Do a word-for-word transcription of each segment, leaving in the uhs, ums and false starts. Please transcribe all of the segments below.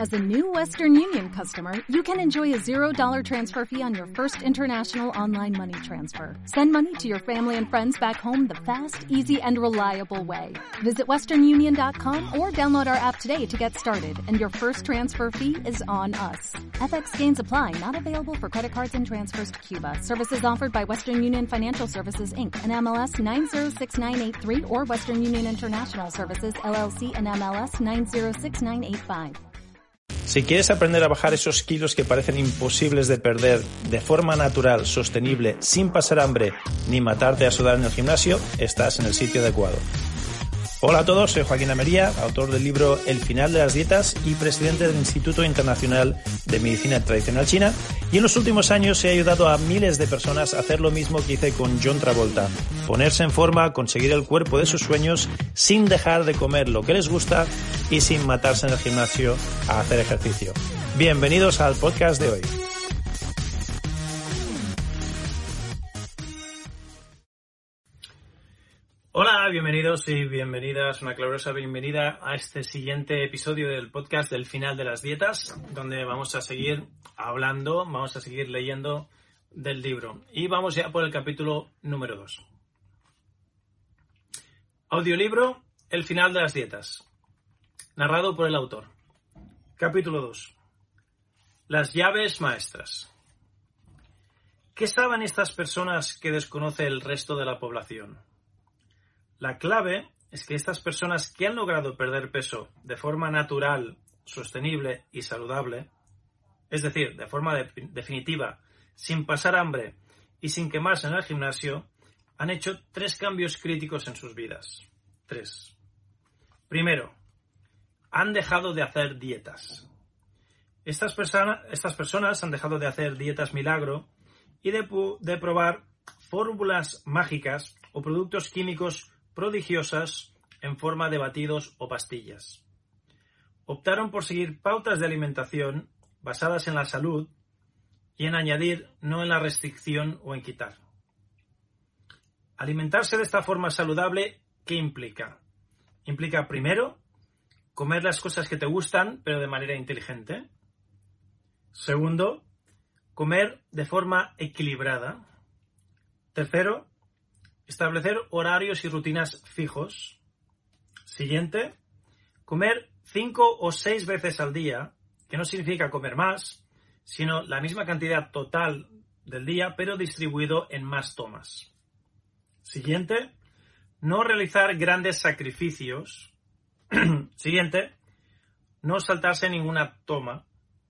As a new Western Union customer, you can enjoy a zero dollar transfer fee on your first international online money transfer. Send money to your family and friends back home the fast, easy, and reliable way. Visit western union dot com or download our app today to get started, and your first transfer fee is on us. F X gains apply, not available for credit cards and transfers to Cuba. Services offered by Western Union Financial Services, Incorporated, and M L S nine zero six nine eight three or Western Union International Services, L L C, and M L S nine zero six nine eight five. Si quieres aprender a bajar esos kilos que parecen imposibles de perder de forma natural, sostenible, sin pasar hambre ni matarte a sudar en el gimnasio, estás en el sitio adecuado. Hola a todos, soy Joaquín Amería, autor del libro El final de las dietas y presidente del Instituto Internacional de Medicina Tradicional China, y en los últimos años he ayudado a miles de personas a hacer lo mismo que hice con John Travolta: ponerse en forma, conseguir el cuerpo de sus sueños sin dejar de comer lo que les gusta y sin matarse en el gimnasio a hacer ejercicio. Bienvenidos al podcast de hoy. Hola, bienvenidos y bienvenidas, una calurosa bienvenida a este siguiente episodio del podcast del final de las dietas, donde vamos a seguir hablando, vamos a seguir leyendo del libro. Y vamos ya por el capítulo número dos. Audiolibro El final de las dietas, narrado por el autor. Capítulo dos. Las llaves maestras. ¿Qué saben estas personas que desconoce el resto de la población? La clave es que estas personas que han logrado perder peso de forma natural, sostenible y saludable, es decir, de forma de- definitiva, sin pasar hambre y sin quemarse en el gimnasio, han hecho tres cambios críticos en sus vidas. Tres. Primero, han dejado de hacer dietas. Estas, persona, estas personas han dejado de hacer dietas milagro y de, de probar fórmulas mágicas o productos químicos prodigiosas en forma de batidos o pastillas. Optaron por seguir pautas de alimentación basadas en la salud y en añadir, no en la restricción o en quitar. Alimentarse de esta forma saludable, ¿qué implica? Implica, primero, comer las cosas que te gustan, pero de manera inteligente. Segundo, comer de forma equilibrada. Tercero, establecer horarios y rutinas fijos. Siguiente, comer cinco o seis veces al día, que no significa comer más, sino la misma cantidad total del día, pero distribuido en más tomas. Siguiente, no realizar grandes sacrificios. Siguiente, no saltarse ninguna toma.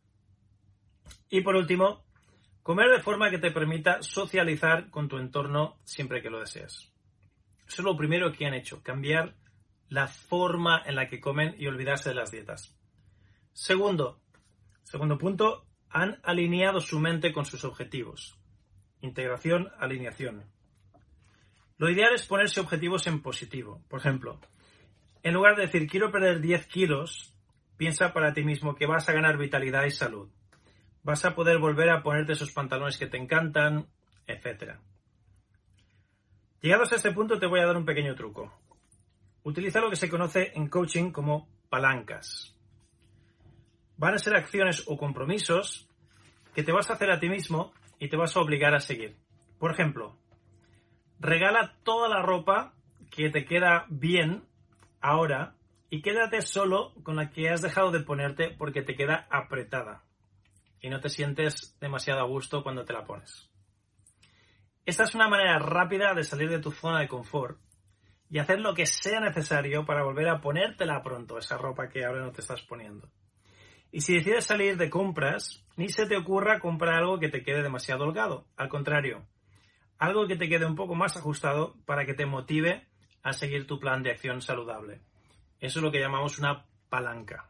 Y por último, comer de forma que te permita socializar con tu entorno siempre que lo deseas. Eso es lo primero que han hecho, cambiar la forma en la que comen y olvidarse de las dietas. Segundo, segundo punto, han alineado su mente con sus objetivos. Integración, alineación. Lo ideal es ponerse objetivos en positivo. Por ejemplo, en lugar de decir quiero perder diez kilos, piensa para ti mismo que vas a ganar vitalidad y salud. Vas a poder volver a ponerte esos pantalones que te encantan, etcétera. Llegados a este punto te voy a dar un pequeño truco. Utiliza lo que se conoce en coaching como palancas. Van a ser acciones o compromisos que te vas a hacer a ti mismo y te vas a obligar a seguir. Por ejemplo, regala toda la ropa que te queda bien ahora y quédate solo con la que has dejado de ponerte porque te queda apretada y no te sientes demasiado a gusto cuando te la pones. Esta es una manera rápida de salir de tu zona de confort y hacer lo que sea necesario para volver a ponértela pronto, esa ropa que ahora no te estás poniendo. Y si decides salir de compras, ni se te ocurra comprar algo que te quede demasiado holgado. Al contrario, algo que te quede un poco más ajustado para que te motive a seguir tu plan de acción saludable. Eso es lo que llamamos una palanca.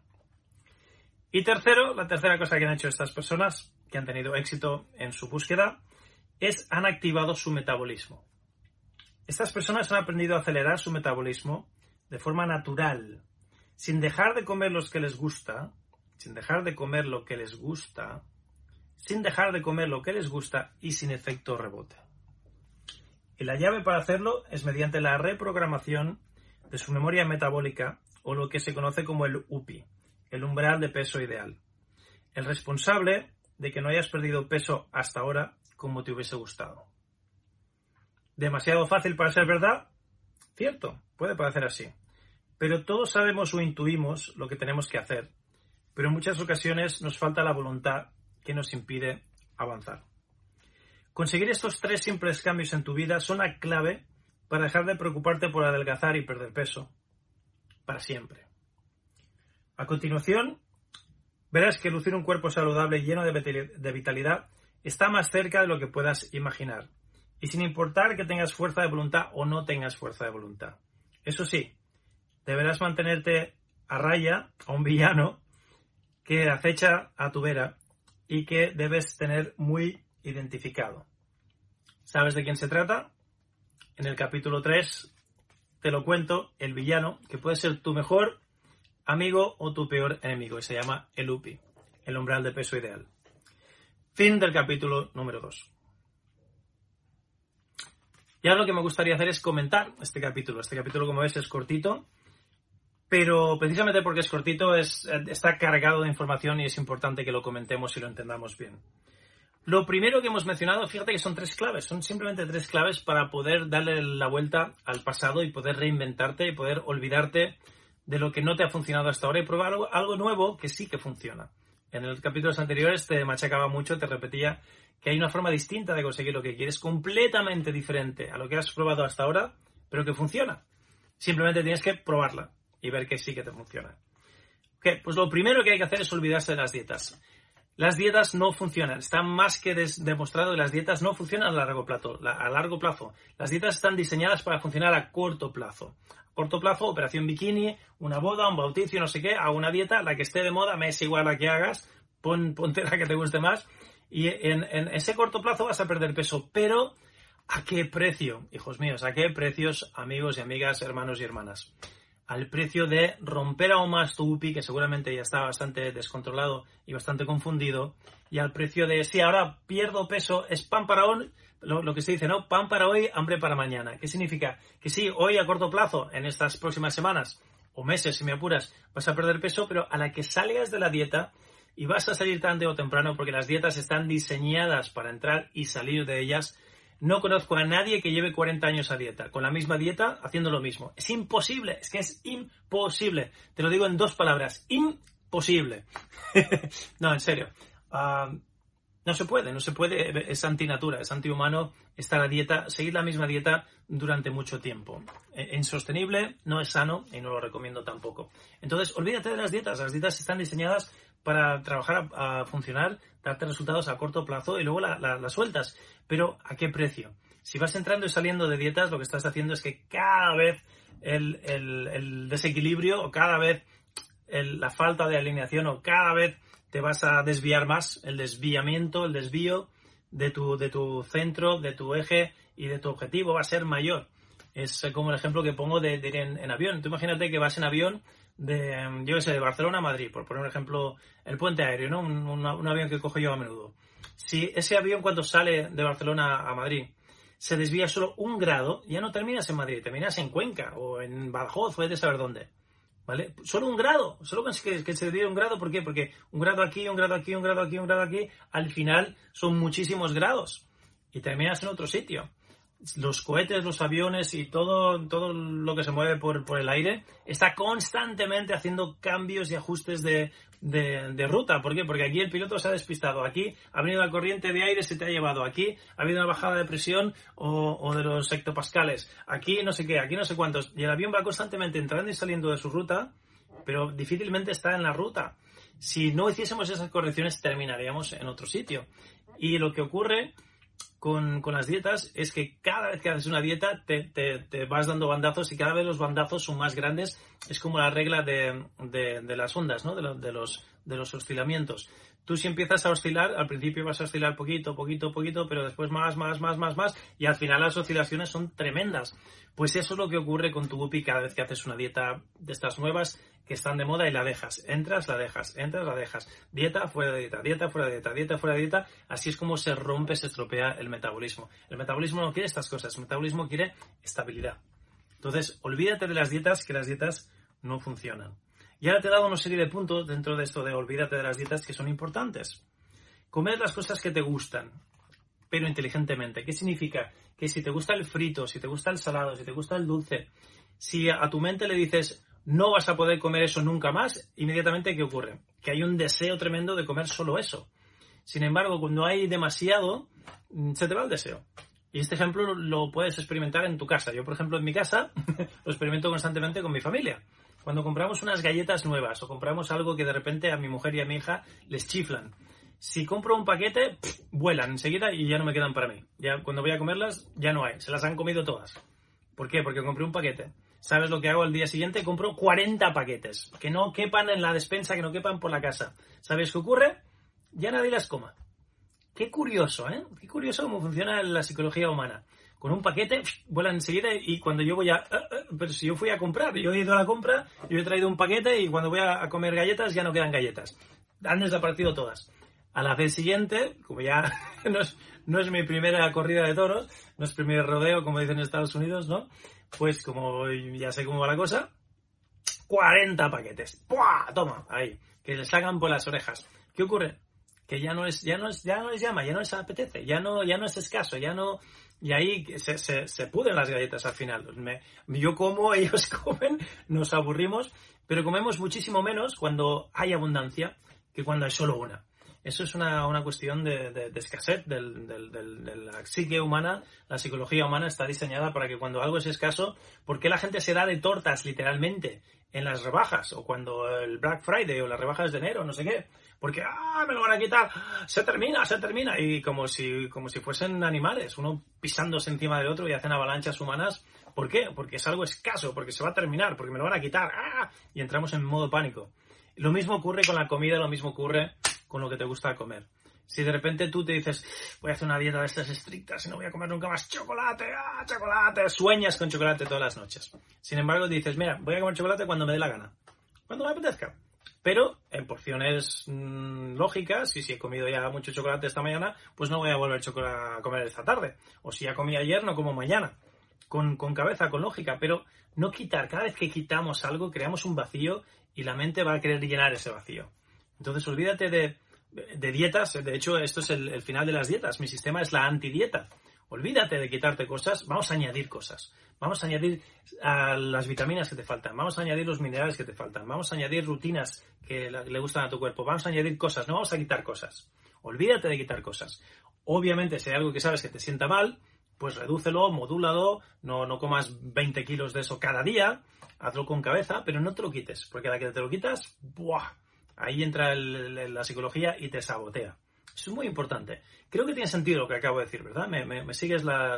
Y tercero, la tercera cosa que han hecho estas personas que han tenido éxito en su búsqueda es han activado su metabolismo. Estas personas han aprendido a acelerar su metabolismo de forma natural, sin dejar de comer los que les gusta, sin dejar de comer lo que les gusta, sin dejar de comer lo que les gusta y sin efecto rebote. Y la llave para hacerlo es mediante la reprogramación de su memoria metabólica o lo que se conoce como el U P I, el umbral de peso ideal. El responsable de que no hayas perdido peso hasta ahora como te hubiese gustado. ¿Demasiado fácil para ser verdad? Cierto, puede parecer así. Pero todos sabemos o intuimos lo que tenemos que hacer. Pero en muchas ocasiones nos falta la voluntad que nos impide avanzar. Conseguir estos tres simples cambios en tu vida son la clave para dejar de preocuparte por adelgazar y perder peso. Para siempre. A continuación, verás que lucir un cuerpo saludable y lleno de vitalidad está más cerca de lo que puedas imaginar. Y sin importar que tengas fuerza de voluntad o no tengas fuerza de voluntad. Eso sí, deberás mantenerte a raya a un villano que acecha a tu vera y que debes tener muy identificado. ¿Sabes de quién se trata? En el capítulo tres te lo cuento, el villano, que puede ser tu mejor amigo o tu peor enemigo, y se llama el U P I, el umbral de peso ideal. Fin del capítulo número dos. Y ahora lo que me gustaría hacer es comentar este capítulo. Este capítulo, como ves, es cortito, pero precisamente porque es cortito es, está cargado de información y es importante que lo comentemos y lo entendamos bien. Lo primero que hemos mencionado, fíjate que son tres claves, son simplemente tres claves para poder darle la vuelta al pasado y poder reinventarte y poder olvidarte de lo que no te ha funcionado hasta ahora y probar algo, algo nuevo que sí que funciona. En los capítulos anteriores te machacaba mucho, te repetía que hay una forma distinta de conseguir lo que quieres, completamente diferente a lo que has probado hasta ahora, pero que funciona. Simplemente tienes que probarla y ver que sí que te funciona. Okay, pues lo primero que hay que hacer es olvidarse de las dietas. Las dietas no funcionan. Está más que des- demostrado que las dietas no funcionan a largo plazo. La- a largo plazo. Las dietas están diseñadas para funcionar a corto plazo. A corto plazo, operación bikini, una boda, un bautizo, no sé qué, a una dieta, la que esté de moda, me es igual la que hagas, pon, ponte la que te guste más. Y en, en ese corto plazo vas a perder peso. Pero, ¿a qué precio? Hijos míos, ¿a qué precios, amigos y amigas, hermanos y hermanas? Al precio de romper aún más tu U P I, que seguramente ya está bastante descontrolado y bastante confundido, y al precio de, sí, ahora pierdo peso, es pan para hoy, lo, lo que se dice, ¿no? Pan para hoy, hambre para mañana. ¿Qué significa? Que sí, hoy a corto plazo, en estas próximas semanas, o meses, si me apuras, vas a perder peso, pero a la que salgas de la dieta, y vas a salir tarde o temprano, porque las dietas están diseñadas para entrar y salir de ellas. No conozco a nadie que lleve cuarenta años a dieta, con la misma dieta, haciendo lo mismo. Es imposible, es que es imposible. Te lo digo en dos palabras, imposible. No, en serio. Uh, no se puede, no se puede, es antinatura, es antihumano estar a dieta, seguir la misma dieta durante mucho tiempo. Insostenible, no es sano y no lo recomiendo tampoco. Entonces, olvídate de las dietas. Las dietas están diseñadas para trabajar a, a funcionar, darte resultados a corto plazo y luego las la, la sueltas. Pero, ¿a qué precio? Si vas entrando y saliendo de dietas, lo que estás haciendo es que cada vez el, el, el desequilibrio o cada vez el, la falta de alineación o cada vez te vas a desviar más, el desviamiento, el desvío de tu, de tu centro, de tu eje y de tu objetivo va a ser mayor. Es como el ejemplo que pongo de, de ir en, en avión. Tú imagínate que vas en avión de, yo qué sé, de Barcelona a Madrid, por poner un ejemplo, el puente aéreo, ¿no? Un, un, un avión que cojo yo a menudo. Si ese avión cuando sale de Barcelona a Madrid se desvía solo un grado, ya no terminas en Madrid, terminas en Cuenca o en Badajoz, puedes saber dónde. ¿Vale? Solo un grado, solo que, que se desvíe un grado, ¿por qué? Porque un grado aquí, un grado aquí, un grado aquí, un grado aquí, al final son muchísimos grados y terminas en otro sitio. Los cohetes, los aviones y todo, todo lo que se mueve por, por el aire está constantemente haciendo cambios y ajustes de, de, de ruta. ¿Por qué? Porque aquí el piloto se ha despistado. Aquí ha venido la corriente de aire, se te ha llevado. Aquí ha habido una bajada de presión o, o de los hectopascales. Aquí no sé qué, aquí no sé cuántos. Y el avión va constantemente entrando y saliendo de su ruta, pero difícilmente está en la ruta. Si no hiciésemos esas correcciones, terminaríamos en otro sitio. Y lo que ocurre Con, con las dietas es que cada vez que haces una dieta te, te, te vas dando bandazos y cada vez los bandazos son más grandes. Es como la regla de, de, de las ondas, ¿no? De, lo, de, los, de los oscilamientos. Tú si empiezas a oscilar, al principio vas a oscilar poquito, poquito, poquito, pero después más, más, más, más, más, y al final las oscilaciones son tremendas. Pues eso es lo que ocurre con tu U P I cada vez que haces una dieta de estas nuevas que están de moda y la dejas. Entras, la dejas, entras, la dejas. Dieta, fuera de dieta, dieta, fuera de dieta, dieta, fuera de dieta. Así es como se rompe, se estropea el metabolismo. El metabolismo no quiere estas cosas, el metabolismo quiere estabilidad. Entonces, olvídate de las dietas, que las dietas no funcionan. Y ahora te he dado una serie de puntos dentro de esto de olvídate de las dietas que son importantes. Comer las cosas que te gustan, pero inteligentemente. ¿Qué significa? Que si te gusta el frito, si te gusta el salado, si te gusta el dulce, si a tu mente le dices no vas a poder comer eso nunca más, inmediatamente ¿qué ocurre? Que hay un deseo tremendo de comer solo eso. Sin embargo, cuando hay demasiado, se te va el deseo. Y este ejemplo lo puedes experimentar en tu casa. Yo, por ejemplo, en mi casa lo experimento constantemente con mi familia. Cuando compramos unas galletas nuevas o compramos algo que de repente a mi mujer y a mi hija les chiflan. Si compro un paquete, pff, vuelan enseguida y ya no me quedan para mí. Ya cuando voy a comerlas, ya no hay. Se las han comido todas. ¿Por qué? Porque compré un paquete. ¿Sabes lo que hago al día siguiente? Compro cuarenta paquetes. Que no quepan en la despensa, que no quepan por la casa. ¿Sabes qué ocurre? Ya nadie las coma. Qué curioso, ¿eh? Qué curioso cómo funciona la psicología humana. Con un paquete, pff, vuelan enseguida y cuando yo voy a... Uh, uh, pero si yo fui a comprar, yo he ido a la compra, yo he traído un paquete y cuando voy a, a comer galletas ya no quedan galletas. Han desaparecido todas. A la vez siguiente, como ya no es, no es mi primera corrida de toros, no es primer rodeo, como dicen en Estados Unidos, ¿no? Pues como ya sé cómo va la cosa, cuarenta paquetes. ¡Puah! Toma, ahí, que le sacan por las orejas. ¿Qué ocurre? Que ya no es, ya no es, ya no les llama, ya no les apetece, ya no, ya no es escaso, ya no, y ahí se, se, se pudren las galletas al final. Me, yo como, ellos comen, nos aburrimos, pero comemos muchísimo menos cuando hay abundancia que cuando hay solo una. Eso es una, una cuestión de, de, de escasez del, del, del, de la psique humana. La psicología humana está diseñada para que cuando algo es escaso, ¿por qué la gente se da de tortas literalmente en las rebajas? O cuando el Black Friday o las rebajas de enero, no sé qué. Porque, ¡ah, me lo van a quitar! ¡Se termina, se termina! Y como si, como si fuesen animales, uno pisándose encima del otro y hacen avalanchas humanas. ¿Por qué? Porque es algo escaso, porque se va a terminar, porque me lo van a quitar. ¡Ah! Y entramos en modo pánico. Lo mismo ocurre con la comida, lo mismo ocurre con lo que te gusta comer. Si de repente tú te dices, voy a hacer una dieta de estas estrictas y no voy a comer nunca más chocolate, ¡ah, chocolate! Sueñas con chocolate todas las noches. Sin embargo, dices, mira, voy a comer chocolate cuando me dé la gana, cuando me apetezca. Pero en porciones mmm, lógicas, y si he comido ya mucho chocolate esta mañana, pues no voy a volver a comer esta tarde. O si ya comí ayer, no como mañana. Con, con cabeza, con lógica, pero no quitar. Cada vez que quitamos algo, creamos un vacío y la mente va a querer llenar ese vacío. Entonces, olvídate de, de dietas. De hecho, esto es el, el final de las dietas. Mi sistema es la antidieta. Olvídate de quitarte cosas. Vamos a añadir cosas. Vamos a añadir uh, las vitaminas que te faltan. Vamos a añadir los minerales que te faltan. Vamos a añadir rutinas que la, le gustan a tu cuerpo. Vamos a añadir cosas. No vamos a quitar cosas. Olvídate de quitar cosas. Obviamente, si hay algo que sabes que te sienta mal, pues redúcelo, modúlalo. No, no comas veinte kilos de eso cada día. Hazlo con cabeza, pero no te lo quites. Porque a la que te lo quitas, ¡buah! Ahí entra el, el, la psicología y te sabotea. Eso es muy importante. Creo que tiene sentido lo que acabo de decir, ¿verdad? Me, me, me sigues la,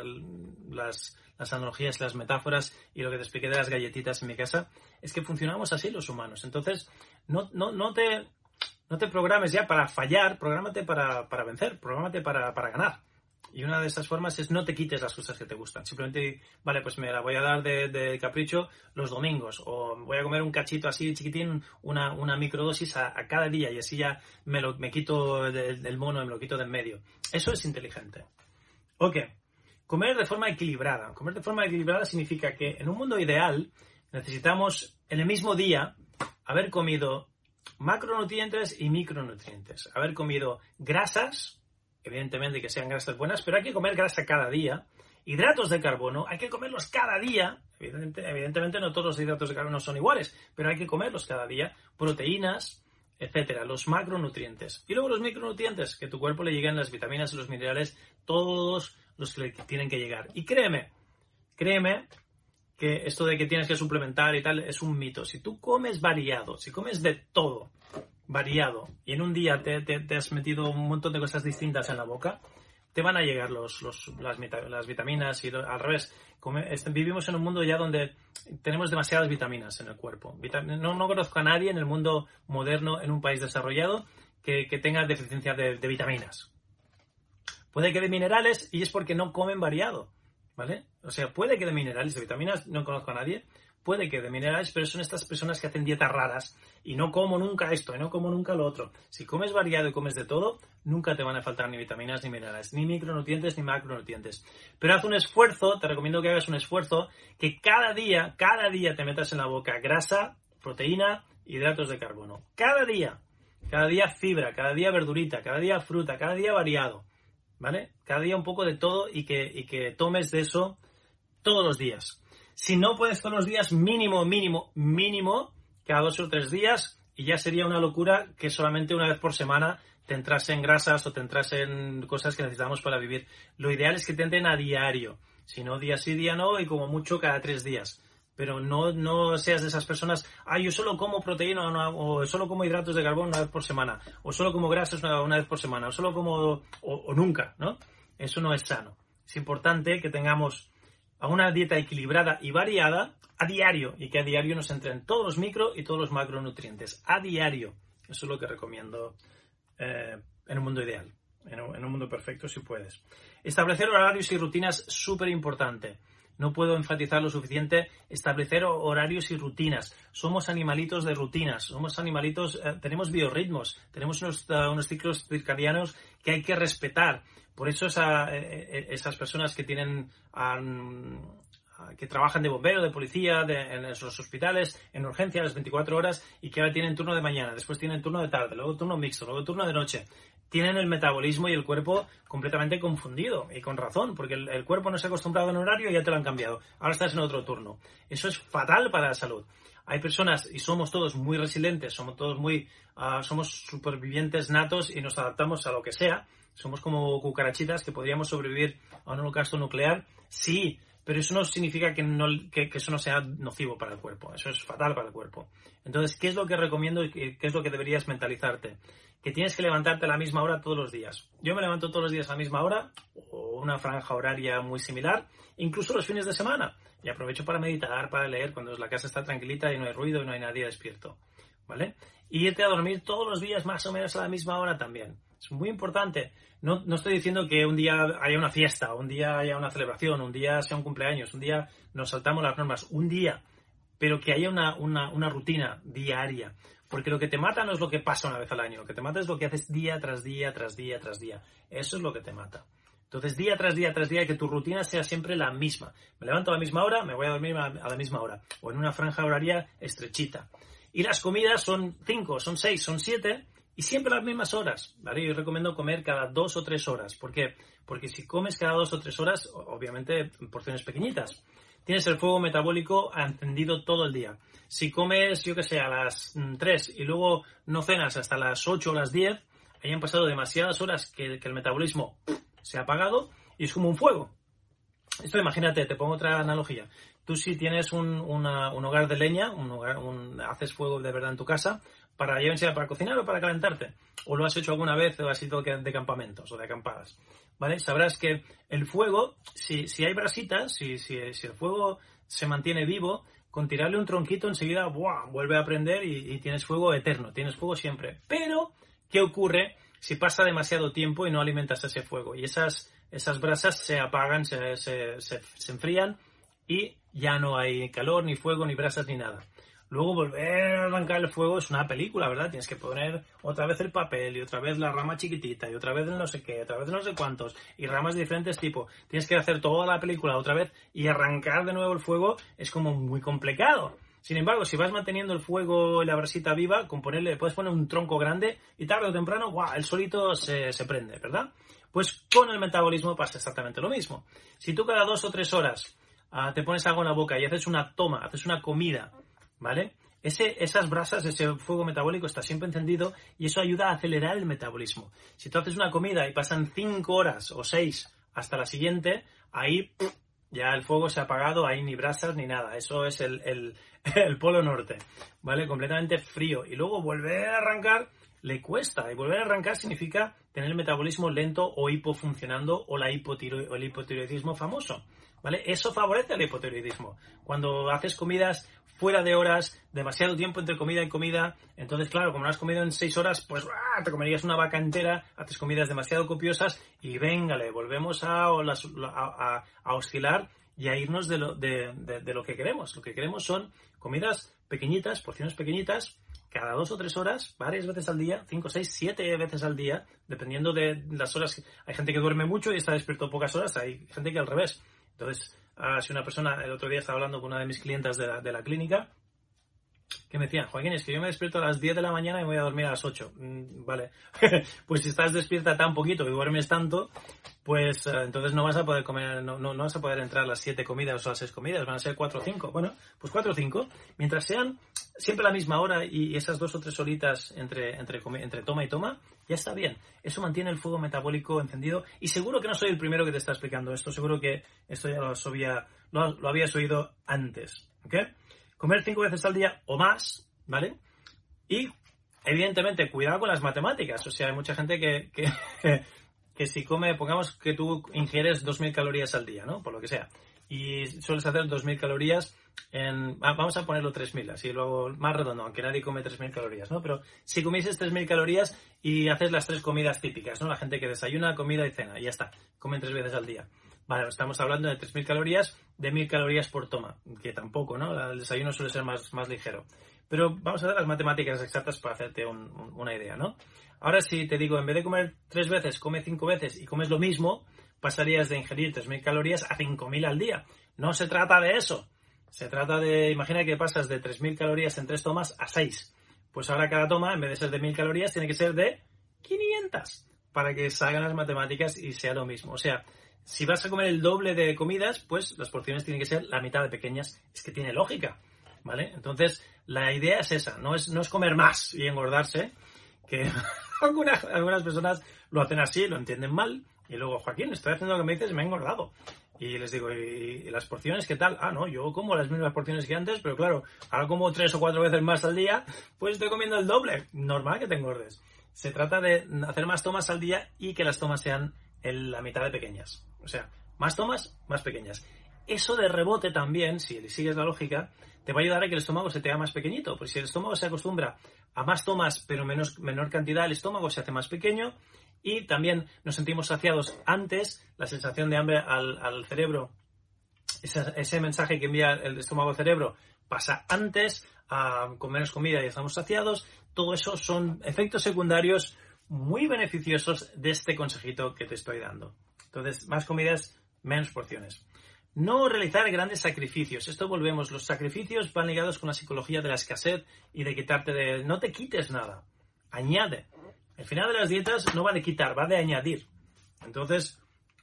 las, las analogías, las metáforas y lo que te expliqué de las galletitas en mi casa. Es que funcionamos así los humanos. Entonces, no, no, no, te, no te programes ya para fallar, prográmate para, para vencer, prográmate para, para ganar. Y una de esas formas es no te quites las cosas que te gustan. Simplemente, vale, pues me la voy a dar de, de capricho los domingos. O voy a comer un cachito así chiquitín, una, una microdosis a, a cada día. Y así ya me, lo, me quito del, del mono, me lo quito de en medio. Eso es inteligente. Ok. Comer de forma equilibrada. Comer de forma equilibrada significa que en un mundo ideal necesitamos en el mismo día haber comido macronutrientes y micronutrientes. Haber comido grasas, evidentemente que sean grasas buenas, pero hay que comer grasa cada día. Hidratos de carbono, hay que comerlos cada día. Evidentemente, evidentemente no todos los hidratos de carbono son iguales, pero hay que comerlos cada día. Proteínas, etcétera, los macronutrientes. Y luego los micronutrientes, que tu cuerpo le lleguen las vitaminas y los minerales, todos los que le tienen que llegar. Y créeme, créeme que esto de que tienes que suplementar y tal es un mito. Si tú comes variado, si comes de todo, variado, y en un día te, te, te has metido un montón de cosas distintas en la boca, te van a llegar los, los, las, las vitaminas y lo, al revés. Come, este, vivimos en un mundo ya donde tenemos demasiadas vitaminas en el cuerpo. Vitam, no, no conozco a nadie en el mundo moderno, en un país desarrollado, que, que tenga deficiencia de, de vitaminas. Puede que de minerales, y es porque no comen variado, ¿vale? O sea, puede que de minerales, de vitaminas, no conozco a nadie. Puede que de minerales, pero son estas personas que hacen dietas raras y no como nunca esto y no como nunca lo otro. Si comes variado y comes de todo, nunca te van a faltar ni vitaminas ni minerales, ni micronutrientes ni macronutrientes. Pero haz un esfuerzo, te recomiendo que hagas un esfuerzo, que cada día, cada día te metas en la boca grasa, proteína hidratos de carbono. Cada día. Cada día fibra, cada día verdurita, cada día fruta, cada día variado. ¿Vale? Cada día un poco de todo y que, y que tomes de eso todos los días. Si no puedes todos los días, mínimo, mínimo, mínimo, cada dos o tres días, y ya sería una locura que solamente una vez por semana te entras en grasas o te entras en cosas que necesitamos para vivir. Lo ideal es que te entren a diario. Si no, día sí, día no, y como mucho cada tres días. Pero no, no seas de esas personas, ah, yo solo como proteína una, o solo como hidratos de carbono una vez por semana, o solo como grasas una, una vez por semana, o solo como, o, o nunca, ¿no? Eso no es sano. Es importante que tengamos una dieta equilibrada y variada a diario, y que a diario nos entren todos los micro y todos los macronutrientes. A diario. Eso es lo que recomiendo eh, en un mundo ideal. En un, en un mundo perfecto, si puedes. Establecer horarios y rutinas, súper importante. No puedo enfatizar lo suficiente, establecer horarios y rutinas. Somos animalitos de rutinas, somos animalitos, eh, tenemos biorritmos, tenemos unos, uh, unos ciclos circadianos que hay que respetar. Por eso esa, eh, esas personas que tienen, um, que trabajan de bombero, de policía, de, en los hospitales, en urgencia, las veinticuatro horas, y que ahora tienen turno de mañana, después tienen turno de tarde, luego turno mixto, luego turno de noche. Tienen el metabolismo y el cuerpo completamente confundido, y con razón, porque el, el cuerpo no se ha acostumbrado a un horario y ya te lo han cambiado. Ahora estás en otro turno. Eso es fatal para la salud. Hay personas, y somos todos muy resilientes, somos todos muy, uh, somos supervivientes natos y nos adaptamos a lo que sea. Somos como cucarachitas que podríamos sobrevivir a un holocausto nuclear. Sí, pero eso no significa que, no, que, que eso no sea nocivo para el cuerpo. Eso es fatal para el cuerpo. Entonces, ¿qué es lo que recomiendo y qué, qué es lo que deberías mentalizarte? Que tienes que levantarte a la misma hora todos los días. Yo me levanto todos los días a la misma hora, o una franja horaria muy similar, incluso los fines de semana. Y aprovecho para meditar, para leer, cuando la casa está tranquilita y no hay ruido y no hay nadie despierto. ¿Vale? Y irte a dormir todos los días más o menos a la misma hora también. Es muy importante. No, no estoy diciendo que un día haya una fiesta, un día haya una celebración, un día sea un cumpleaños, un día nos saltamos las normas, un día, pero que haya una, una, una rutina diaria. Porque lo que te mata no es lo que pasa una vez al año, lo que te mata es lo que haces día tras día, tras día, tras día. Eso es lo que te mata. Entonces, día tras día, tras día, que tu rutina sea siempre la misma. Me levanto a la misma hora, me voy a dormir a la misma hora, o en una franja horaria estrechita. Y las comidas son cinco, son seis, son siete, y siempre las mismas horas, ¿vale? Yo recomiendo comer cada dos o tres horas. ¿Por qué? Porque si comes cada dos o tres horas, obviamente en porciones pequeñitas, tienes el fuego metabólico encendido todo el día. Si comes, yo que sé, a las tres y luego no cenas hasta las ocho o las diez, hayan pasado demasiadas horas que, que el metabolismo se ha apagado y es como un fuego. Esto, imagínate, te pongo otra analogía. Tú si tienes un, una, un hogar de leña, un hogar, un, haces fuego de verdad en tu casa, para ya sea para cocinar o para calentarte, o lo has hecho alguna vez o has ido de campamentos o de acampadas, ¿vale? Sabrás que el fuego, si, si hay brasitas, si, si, si el fuego se mantiene vivo, con tirarle un tronquito enseguida ¡buah!, vuelve a prender y, y tienes fuego eterno, tienes fuego siempre. Pero, ¿qué ocurre si pasa demasiado tiempo y no alimentas ese fuego? Y esas, esas brasas se apagan, se, se, se, se enfrían y ya no hay calor, ni fuego, ni brasas, ni nada. Luego volver a arrancar el fuego es una película, ¿verdad? Tienes que poner otra vez el papel y otra vez la rama chiquitita y otra vez el no sé qué, otra vez no sé cuántos y ramas de diferentes tipos. Tienes que hacer toda la película otra vez y arrancar de nuevo el fuego es como muy complicado. Sin embargo, si vas manteniendo el fuego y la brasita viva, con ponerle, puedes poner un tronco grande y tarde o temprano, ¡guau!, el solito se, se prende, ¿verdad? Pues con el metabolismo pasa exactamente lo mismo. Si tú cada dos o tres horas uh, te pones algo en la boca y haces una toma, haces una comida, ¿vale? Ese, esas brasas, ese fuego metabólico está siempre encendido y eso ayuda a acelerar el metabolismo. Si tú haces una comida y pasan cinco horas o seis hasta la siguiente, ahí ya el fuego se ha apagado, ahí ni brasas ni nada. Eso es el, el, el polo norte, ¿vale? Completamente frío. Y luego volver a arrancar le cuesta. Y volver a arrancar significa tener el metabolismo lento o hipofuncionando o, la hipotiro- o el hipotiroidismo famoso, ¿vale? Eso favorece el hipotiroidismo. Cuando haces comidas fuera de horas, demasiado tiempo entre comida y comida, entonces claro, como no has comido en seis horas, pues ¡ah!, te comerías una vaca entera, haces comidas demasiado copiosas y véngale, volvemos a, a, a, a oscilar y a irnos de lo, de, de, de lo que queremos. Lo que queremos son comidas pequeñitas, porciones pequeñitas, cada dos o tres horas, varias veces al día, cinco, seis, siete veces al día, dependiendo de las horas. Que, hay gente que duerme mucho y está despierto pocas horas, hay gente que al revés. Entonces, uh, si una persona, el otro día estaba hablando con una de mis clientas de la, de la clínica, que me decían, Joaquín, es que yo me despierto a las diez de la mañana y me voy a dormir a las ocho. Mm, vale, pues si estás despierta tan poquito y duermes tanto, pues uh, entonces no vas a poder comer, no, no, no vas a poder entrar a las siete comidas o a las seis comidas, van a ser cuatro o cinco. Bueno, pues cuatro o cinco, mientras sean siempre a la misma hora y esas dos o tres horitas entre, entre, entre toma y toma, ya está bien. Eso mantiene el fuego metabólico encendido y seguro que no soy el primero que te está explicando esto, seguro que esto ya lo, había, lo, lo habías oído antes, ¿ok? Comer cinco veces al día o más, ¿vale? Y, evidentemente, cuidado con las matemáticas. O sea, hay mucha gente que, que, que si come, pongamos que tú ingieres dos mil calorías al día, ¿no? Por lo que sea. Y sueles hacer dos mil calorías en... Vamos a ponerlo tres mil, así luego más redondo, aunque nadie come tres mil calorías, ¿no? Pero si comieses tres mil calorías y haces las tres comidas típicas, ¿no? La gente que desayuna, comida y cena, y ya está. Comen tres veces al día. Vale, estamos hablando de tres mil calorías, de mil calorías por toma, que tampoco, ¿no? El desayuno suele ser más, más ligero. Pero vamos a hacer las matemáticas exactas para hacerte un, un, una idea, ¿no? Ahora si te digo, en vez de comer tres veces, come cinco veces y comes lo mismo, pasarías de ingerir tres mil calorías a cinco mil al día. No se trata de eso. Se trata de, imagina que pasas de tres mil calorías en tres tomas a seis. Pues ahora cada toma, en vez de ser de mil calorías, tiene que ser de quinientas, para que salgan las matemáticas y sea lo mismo. O sea, si vas a comer el doble de comidas, pues las porciones tienen que ser la mitad de pequeñas. Es que tiene lógica, ¿vale? Entonces, la idea es esa, no es, no es comer más y engordarse, que algunas, algunas personas lo hacen así, lo entienden mal, y luego, Joaquín, estoy haciendo lo que me dices y me he engordado. Y les digo, ¿y, y las porciones qué tal? Ah, no, yo como las mismas porciones que antes, pero claro, ahora como tres o cuatro veces más al día, pues estoy comiendo el doble. Normal que te engordes. Se trata de hacer más tomas al día y que las tomas sean en la mitad de pequeñas. O sea, más tomas, más pequeñas. Eso de rebote también, si sigues la lógica, te va a ayudar a que el estómago se te haga más pequeñito. Porque si el estómago se acostumbra a más tomas, pero menos, menor cantidad, el estómago se hace más pequeño y también nos sentimos saciados antes. La sensación de hambre al, al cerebro, ese, ese mensaje que envía el estómago al cerebro, pasa antes, uh, con menos comida y estamos saciados. Todo eso son efectos secundarios muy beneficiosos de este consejito que te estoy dando. Entonces, más comidas, menos porciones. No realizar grandes sacrificios. Esto volvemos. Los sacrificios van ligados con la psicología de la escasez y de quitarte de... No te quites nada. Añade. El final de las dietas no va de quitar, va de añadir. Entonces,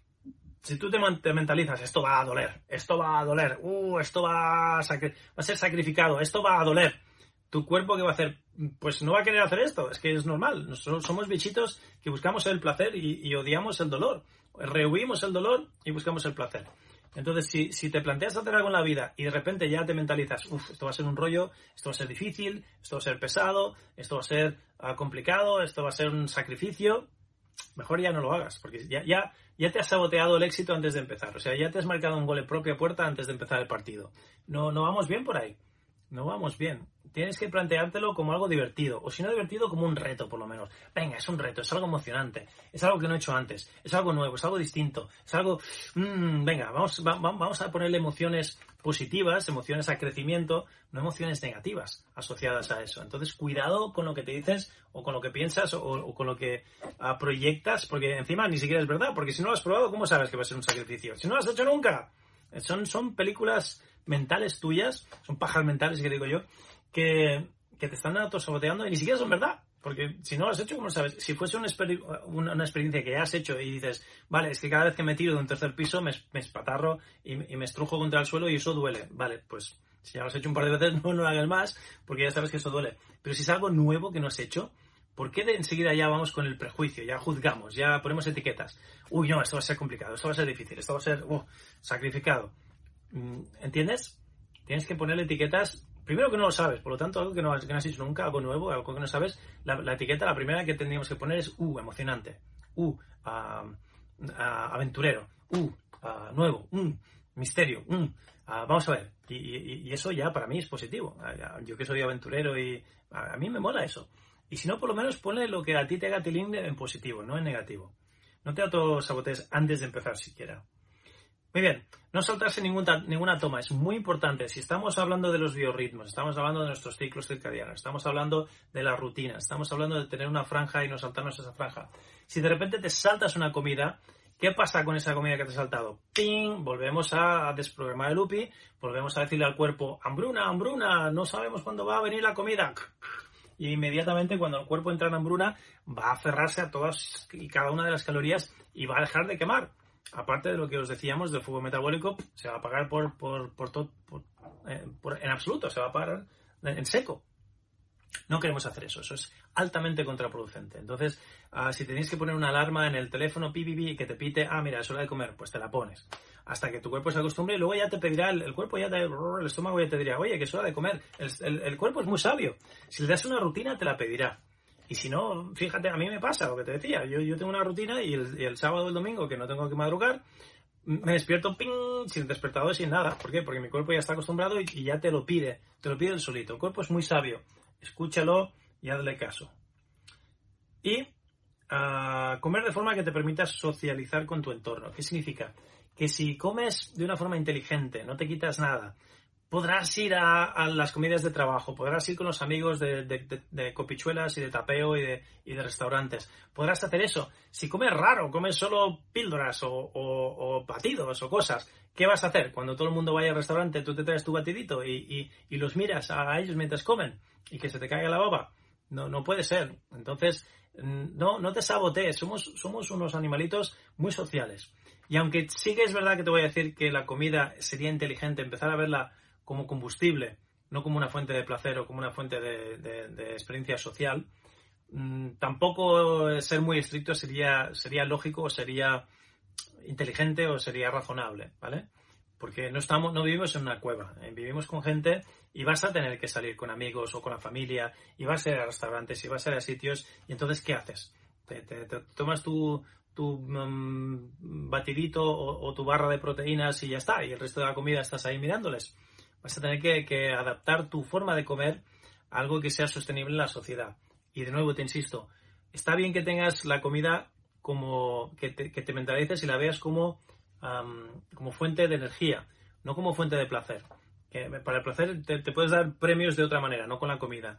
si tú te, te mentalizas, esto va a doler, esto va a doler, uh, esto va a, va a ser sacrificado, esto va a doler. ¿Tu cuerpo qué va a hacer? Pues no va a querer hacer esto, es que es normal. Nosotros somos bichitos que buscamos el placer y, y odiamos el dolor. Rehuimos el dolor y buscamos el placer. Entonces, si, si te planteas hacer algo en la vida y de repente ya te mentalizas, uff, esto va a ser un rollo, esto va a ser difícil, esto va a ser pesado, esto va a ser uh, complicado, esto va a ser un sacrificio, mejor ya no lo hagas, porque ya, ya, ya te has saboteado el éxito antes de empezar. O sea, ya te has marcado un gol en propia puerta antes de empezar el partido. No, no vamos bien por ahí. No vamos bien. Tienes que planteártelo como algo divertido, o si no divertido, como un reto, por lo menos. Venga, es un reto, es algo emocionante, es algo que no he hecho antes, es algo nuevo, es algo distinto, es algo... Mmm, venga, vamos, va, vamos a ponerle emociones positivas, emociones a crecimiento, no emociones negativas asociadas a eso. Entonces, cuidado con lo que te dices, o con lo que piensas, o, o con lo que uh, proyectas, porque encima ni siquiera es verdad, porque si no lo has probado, ¿cómo sabes que va a ser un sacrificio? Si no lo has hecho nunca. Son, son películas mentales tuyas, son pajas mentales que digo yo, que, que te están autosaboteando y ni siquiera son verdad. Porque si no lo has hecho, ¿cómo lo sabes? Si fuese una, exper- una, una experiencia que ya has hecho y dices, vale, es que cada vez que me tiro de un tercer piso me, me espatarro y, y me estrujo contra el suelo y eso duele. Vale, pues si ya lo has hecho un par de veces, no, no lo hagas más porque ya sabes que eso duele. Pero si es algo nuevo que no has hecho, ¿por qué de enseguida ya vamos con el prejuicio? Ya juzgamos, ya ponemos etiquetas. Uy, no, esto va a ser complicado, esto va a ser difícil, esto va a ser uh, sacrificado. ¿Entiendes? Tienes que ponerle etiquetas. Primero que no lo sabes, por lo tanto, algo que no has, que no has hecho nunca, algo nuevo, algo que no sabes, la, la etiqueta, la primera que tendríamos que poner es uh, emocionante, uh, uh, uh aventurero, uh, uh, nuevo, uh, misterio, uh, uh, vamos a ver. Y, y, y eso ya para mí es positivo. Yo que soy aventurero y a, a mí me mola eso. Y si no, por lo menos ponle lo que a ti te haga tilín en positivo, no en negativo. No te autosabotees antes de empezar siquiera. Muy bien, no saltarse ninguna, ninguna toma, es muy importante. Si estamos hablando de los biorritmos, estamos hablando de nuestros ciclos circadianos, estamos hablando de la rutina, estamos hablando de tener una franja y no saltarnos esa franja. Si de repente te saltas una comida ¿Qué pasa con esa comida que te ha saltado? ¡Ping! Volvemos a desprogramar el U P I, volvemos a decirle al cuerpo, hambruna, hambruna, no sabemos cuándo va a venir la comida. Y inmediatamente cuando el cuerpo entra en hambruna va a aferrarse a todas y cada una de las calorías y va a dejar de quemar. Aparte de lo que os decíamos del fuego metabólico, se va a apagar por, por, por todo, por, eh, por, en absoluto, se va a apagar en seco. No queremos hacer eso, eso es altamente contraproducente. Entonces, uh, si tenéis que poner una alarma en el teléfono, pi, pi, pi, y que te pite, ah, mira, es hora de comer, pues te la pones. Hasta que tu cuerpo se acostumbre y luego ya te pedirá, el, el cuerpo ya te, el estómago ya te dirá, oye, que es hora de comer. El, el, el cuerpo es muy sabio. Si le das una rutina, te la pedirá. Y si no, fíjate, a mí me pasa lo que te decía. Yo, yo tengo una rutina y el, y el sábado o el domingo, que no tengo que madrugar, me despierto ping, sin despertador y sin nada. ¿Por qué? Porque mi cuerpo ya está acostumbrado y, y ya te lo pide. Te lo pide el solito. El cuerpo es muy sabio. Escúchalo y hazle caso. Y uh, comer de forma que te permita socializar con tu entorno. ¿Qué significa? Que si comes de una forma inteligente, no te quitas nada, podrás ir a, a las comidas de trabajo, podrás ir con los amigos de, de, de, de copichuelas y de tapeo y de, y de restaurantes. Podrás hacer eso. Si comes raro, comes solo píldoras o, o, o batidos o cosas, ¿qué vas a hacer? Cuando todo el mundo vaya al restaurante, tú te traes tu batidito y, y, y los miras a ellos mientras comen y que se te caiga la baba. No, no puede ser. Entonces, no, no te sabotees. Somos, somos unos animalitos muy sociales. Y aunque sí que es verdad que te voy a decir que la comida sería inteligente empezar a verla como combustible, no como una fuente de placer o como una fuente de, de, de experiencia social, mmm, tampoco ser muy estricto sería, sería lógico o sería inteligente o sería razonable, ¿vale? Porque no estamos, no vivimos en una cueva, ¿eh? Vivimos con gente y vas a tener que salir con amigos o con la familia y vas a ir a restaurantes y vas a ir a sitios y entonces ¿qué haces? Te, te, te tomas tu, tu um, batidito o, o tu barra de proteínas y ya está, y el resto de la comida estás ahí mirándoles. Vas a tener que, que adaptar tu forma de comer a algo que sea sostenible en la sociedad. Y de nuevo te insisto, está bien que tengas la comida como que te, que te mentalices y la veas como, um, como fuente de energía, no como fuente de placer. Que para el placer te, te puedes dar premios de otra manera, no con la comida.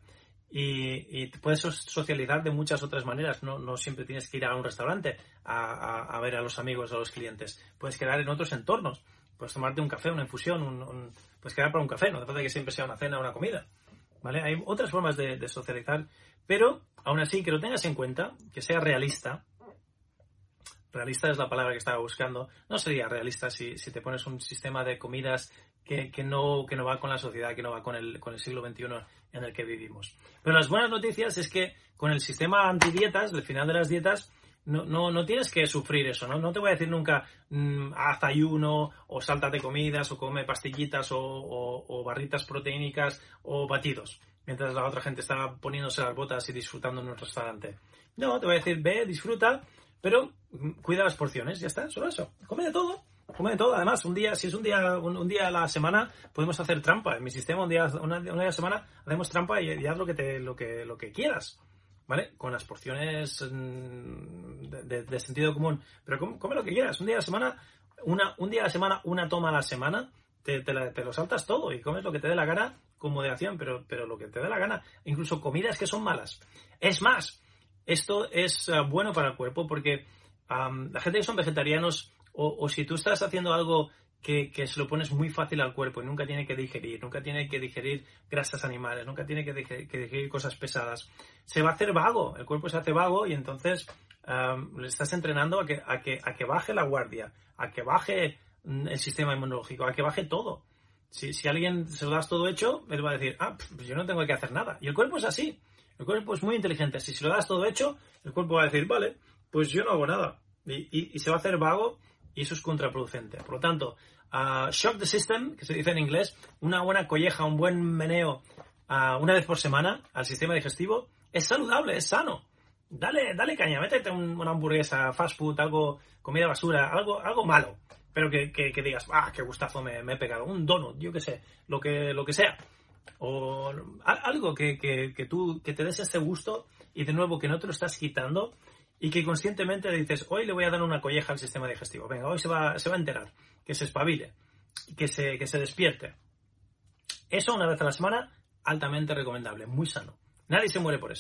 Y, y te puedes socializar de muchas otras maneras. No, no siempre tienes que ir a un restaurante a, a, a ver a los amigos o a los clientes. Puedes quedar en otros entornos. Puedes tomarte un café, una infusión, un, un, puedes quedar para un café. No hace falta que siempre sea una cena o una comida, ¿vale? Hay otras formas de, de socializar, pero aún así que lo tengas en cuenta, que sea realista. Realista es la palabra que estaba buscando. No sería realista si, si te pones un sistema de comidas que, que, no, que no va con la sociedad, que no va con el, con el siglo veintiuno en el que vivimos. Pero las buenas noticias es que con el sistema antidietas, del final de las dietas, no, no, no tienes que sufrir eso, ¿no? No te voy a decir nunca mmm, haz ayuno o sáltate comidas o come pastillitas o, o, o barritas proteínicas o batidos, mientras la otra gente está poniéndose las botas y disfrutando en un restaurante. No, te voy a decir, ve, disfruta, pero cuida las porciones, ya está, solo eso. Come de todo, come de todo. Además, un día, si es un día un, un día a la semana, podemos hacer trampa. En mi sistema, un día, una, una día a la semana, hacemos trampa y, y haz lo que, te, lo, que, lo que quieras, ¿vale? Con las porciones de, de, de sentido común. Pero come, come lo que quieras. Un día a la semana, una, un día a la semana, una toma a la semana, te, te, la, te lo saltas todo y comes lo que te dé la gana con moderación, pero, pero lo que te dé la gana. Incluso comidas que son malas. Es más, esto es uh, bueno para el cuerpo porque um, la gente que son vegetarianos o, o si tú estás haciendo algo que, que se lo pones muy fácil al cuerpo y nunca tiene que digerir, nunca tiene que digerir grasas animales, nunca tiene que digerir, que digerir cosas pesadas, se va a hacer vago, el cuerpo se hace vago y entonces um, le estás entrenando a que, a, que, a que baje la guardia, a que baje el sistema inmunológico, a que baje todo. Si, si alguien se lo das todo hecho, él va a decir, ah, pues yo no tengo que hacer nada. Y el cuerpo es así. El cuerpo es muy inteligente. Si se lo das todo hecho, el cuerpo va a decir, vale, pues yo no hago nada. Y, y, y se va a hacer vago y eso es contraproducente. Por lo tanto, uh, shock the system, que se dice en inglés, una buena colleja, un buen meneo uh, una vez por semana al sistema digestivo, es saludable, es sano. Dale, dale caña, métete un, una hamburguesa, fast food, algo, comida basura, algo, algo malo. Pero que, que, que digas, ah, qué gustazo me, me he pegado. Un donut, yo qué sé, lo que, lo que sea. O algo que, que, que tú que te des ese gusto y de nuevo que no te lo estás quitando y que conscientemente le dices, hoy le voy a dar una colleja al sistema digestivo, venga, hoy se va, se va a enterar, que se espabile, que se, que se despierte. Eso una vez a la semana, altamente recomendable, muy sano. Nadie se muere por eso.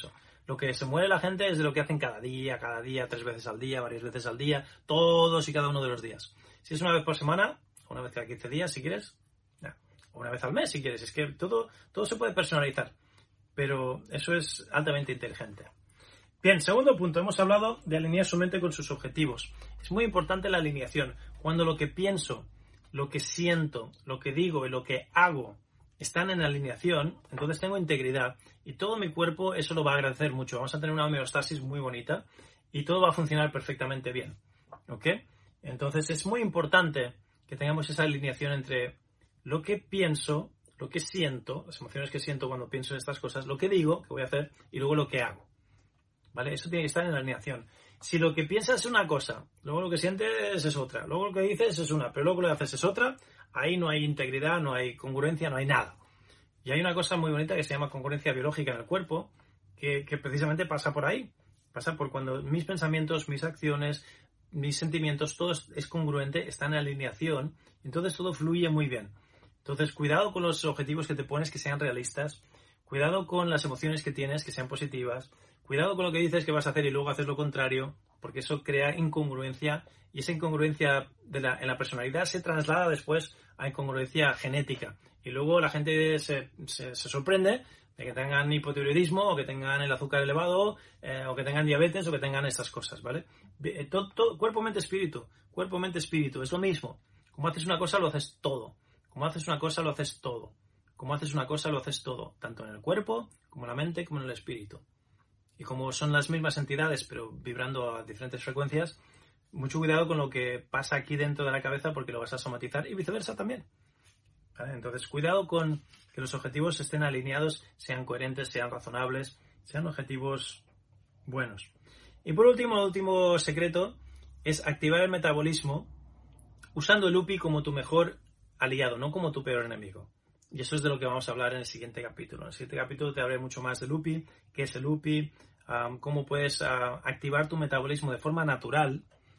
Lo que se muere la gente es de lo que hacen cada día, cada día, tres veces al día, varias veces al día, todos y cada uno de los días. Si es una vez por semana, una vez cada quince días, si quieres, ya. O una vez al mes, si quieres. Es que todo, todo se puede personalizar, pero eso es altamente inteligente. Bien, segundo punto, hemos hablado de alinear su mente con sus objetivos. Es muy importante la alineación. Cuando lo que pienso, lo que siento, lo que digo y lo que hago están en alineación, entonces tengo integridad y todo mi cuerpo eso lo va a agradecer mucho. Vamos a tener una homeostasis muy bonita y todo va a funcionar perfectamente bien. ¿Ok? Entonces es muy importante que tengamos esa alineación entre lo que pienso, lo que siento, las emociones que siento cuando pienso en estas cosas, lo que digo, que voy a hacer, y luego lo que hago. ¿Vale? Eso tiene que estar en la alineación. Si lo que piensas es una cosa, luego lo que sientes es otra, luego lo que dices es una, pero luego lo que haces es otra, ahí no hay integridad, no hay congruencia, no hay nada. Y hay una cosa muy bonita que se llama congruencia biológica en el cuerpo, que, que precisamente pasa por ahí. Pasa por cuando mis pensamientos, mis acciones, mis sentimientos, todo es, es congruente, está en alineación, entonces todo fluye muy bien. Entonces, cuidado con los objetivos que te pones que sean realistas, cuidado con las emociones que tienes que sean positivas, cuidado con lo que dices que vas a hacer y luego haces lo contrario, porque eso crea incongruencia y esa incongruencia de la, en la personalidad se traslada después a incongruencia genética. Y luego la gente se, se, se sorprende de que tengan hipotiroidismo o que tengan el azúcar elevado eh, o que tengan diabetes o que tengan estas cosas, ¿vale? Todo, todo, cuerpo, mente, espíritu. Cuerpo, mente, espíritu. Es lo mismo. Como haces una cosa, lo haces todo. Como haces una cosa, lo haces todo. Como haces una cosa, lo haces todo. Tanto en el cuerpo, como en la mente, como en el espíritu. Y como son las mismas entidades, pero vibrando a diferentes frecuencias, mucho cuidado con lo que pasa aquí dentro de la cabeza porque lo vas a somatizar y viceversa también. ¿Vale? Entonces, cuidado con que los objetivos estén alineados, sean coherentes, sean razonables, sean objetivos buenos. Y por último, el último secreto es activar el metabolismo usando el U P I como tu mejor aliado, no como tu peor enemigo. Y eso es de lo que vamos a hablar en el siguiente capítulo. En el siguiente capítulo te hablaré mucho más del U P I, qué es el U P I, um, cómo puedes uh, activar tu metabolismo de forma natural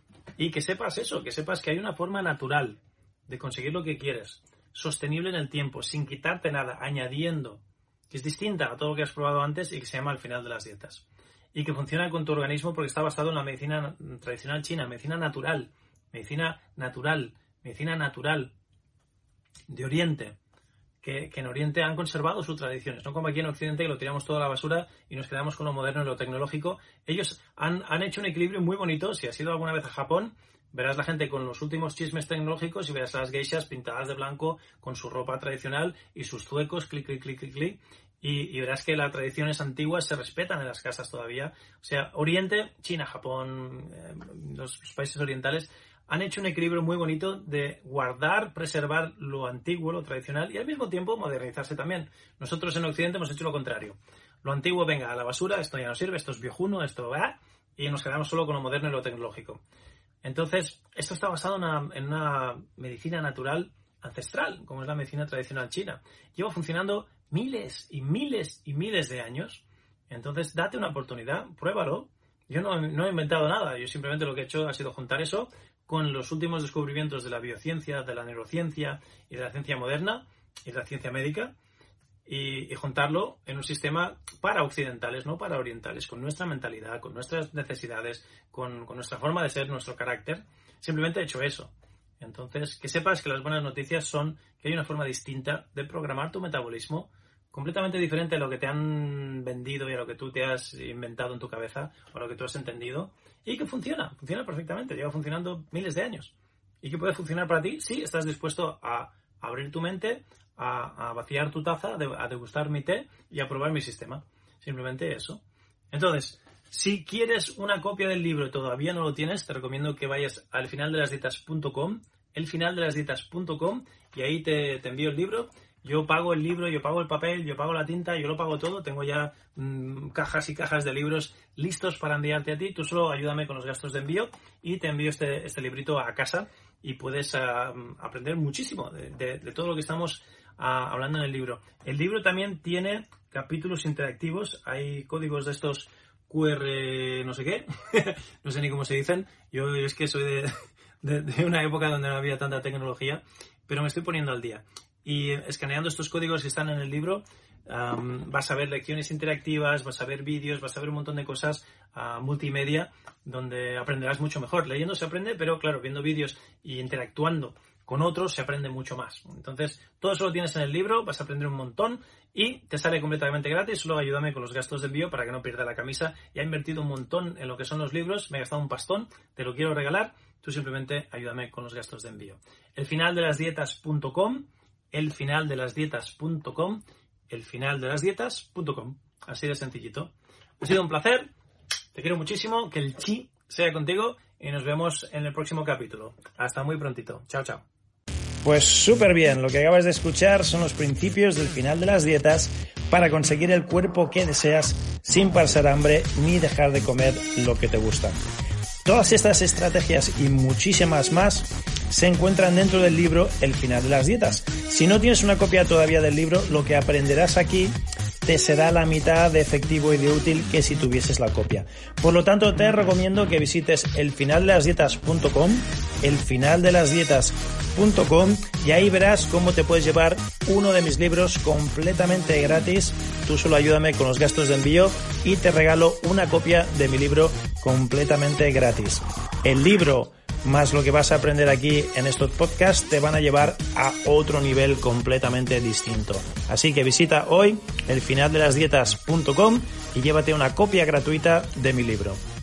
y que sepas eso, que sepas que hay una forma natural de conseguir lo que quieres, sostenible en el tiempo, sin quitarte nada, añadiendo, que es distinta a todo lo que has probado antes y que se llama al final de las dietas. Y que funciona con tu organismo porque está basado en la medicina tradicional china, medicina natural, medicina natural, medicina natural de Oriente. Que, que en Oriente han conservado sus tradiciones, no como aquí en Occidente que lo tiramos todo a la basura y nos quedamos con lo moderno y lo tecnológico. Ellos han, han hecho un equilibrio muy bonito. Si has ido alguna vez a Japón, verás la gente con los últimos chismes tecnológicos y verás a las geishas pintadas de blanco con su ropa tradicional y sus zuecos, clic, clic, clic, clic, clic. Y, y verás que las tradiciones antiguas se respetan en las casas todavía. O sea, Oriente, China, Japón, eh, los, los países orientales han hecho un equilibrio muy bonito de guardar, preservar lo antiguo, lo tradicional y al mismo tiempo modernizarse también. Nosotros en Occidente hemos hecho lo contrario. Lo antiguo, venga, a la basura, esto ya no sirve, esto es viejuno, esto va, y nos quedamos solo con lo moderno y lo tecnológico. Entonces, esto está basado en una, en una medicina natural ancestral, como es la medicina tradicional china. Lleva funcionando miles y miles y miles de años. Entonces, date una oportunidad, pruébalo. Yo no, no he inventado nada, yo simplemente lo que he hecho ha sido juntar eso con los últimos descubrimientos de la biociencia, de la neurociencia y de la ciencia moderna y de la ciencia médica y, y juntarlo en un sistema para occidentales, no para orientales, con nuestra mentalidad, con nuestras necesidades, con, con nuestra forma de ser, nuestro carácter. Simplemente he hecho eso. Entonces, que sepas que las buenas noticias son que hay una forma distinta de programar tu metabolismo completamente diferente a lo que te han vendido y a lo que tú te has inventado en tu cabeza o a lo que tú has entendido y que funciona, funciona perfectamente, lleva funcionando miles de años y que puede funcionar para ti si estás dispuesto a abrir tu mente, a, a vaciar tu taza, a degustar mi té y a probar mi sistema, simplemente eso. Entonces, si quieres una copia del libro y todavía no lo tienes, te recomiendo que vayas al final de las dietas punto com, el final de las dietas punto com y ahí te, te envío el libro. Yo pago el libro, yo pago el papel, yo pago la tinta, yo lo pago todo. Tengo ya mmm, cajas y cajas de libros listos para enviarte a ti. Tú solo ayúdame con los gastos de envío y te envío este, este librito a casa y puedes uh, aprender muchísimo de, de, de todo lo que estamos uh, hablando en el libro. El libro también tiene capítulos interactivos. Hay códigos de estos Q R no sé qué. No sé ni cómo se dicen. Yo es que soy de, de, de una época donde no había tanta tecnología, pero me estoy poniendo al día. y escaneando estos códigos que están en el libro um, vas a ver lecciones interactivas, vas a ver vídeos, vas a ver un montón de cosas uh, multimedia donde aprenderás mucho mejor. Leyendo se aprende, pero claro, viendo vídeos y interactuando con otros se aprende mucho más. Entonces, todo eso lo tienes en el libro, vas a aprender un montón y te sale completamente gratis. Solo ayúdame con los gastos de envío para que no pierda la camisa. Ya he invertido un montón en lo que son los libros, me he gastado un pastón, te lo quiero regalar, tú simplemente ayúdame con los gastos de envío. el final de las dietas punto com, el final de las dietas punto com, el final de las dietas punto com. Así de sencillito. Ha sido un placer, te quiero muchísimo, que el chi sea contigo y nos vemos en el próximo capítulo. Hasta muy prontito. Chao, chao. Pues súper bien, lo que acabas de escuchar son los principios del final de las dietas para conseguir el cuerpo que deseas sin pasar hambre ni dejar de comer lo que te gusta. Todas estas estrategias y muchísimas más se encuentran dentro del libro El final de las dietas. Si no tienes una copia todavía del libro, lo que aprenderás aquí te será la mitad de efectivo y de útil que si tuvieses la copia. Por lo tanto, te recomiendo que visites el final de las dietas punto com, el final de las dietas punto com, y ahí verás cómo te puedes llevar uno de mis libros completamente gratis. Tú solo ayúdame con los gastos de envío y te regalo una copia de mi libro completamente gratis. El libro más lo que vas a aprender aquí en estos podcasts te van a llevar a otro nivel completamente distinto. Así que visita hoy el final de las dietas punto com y llévate una copia gratuita de mi libro.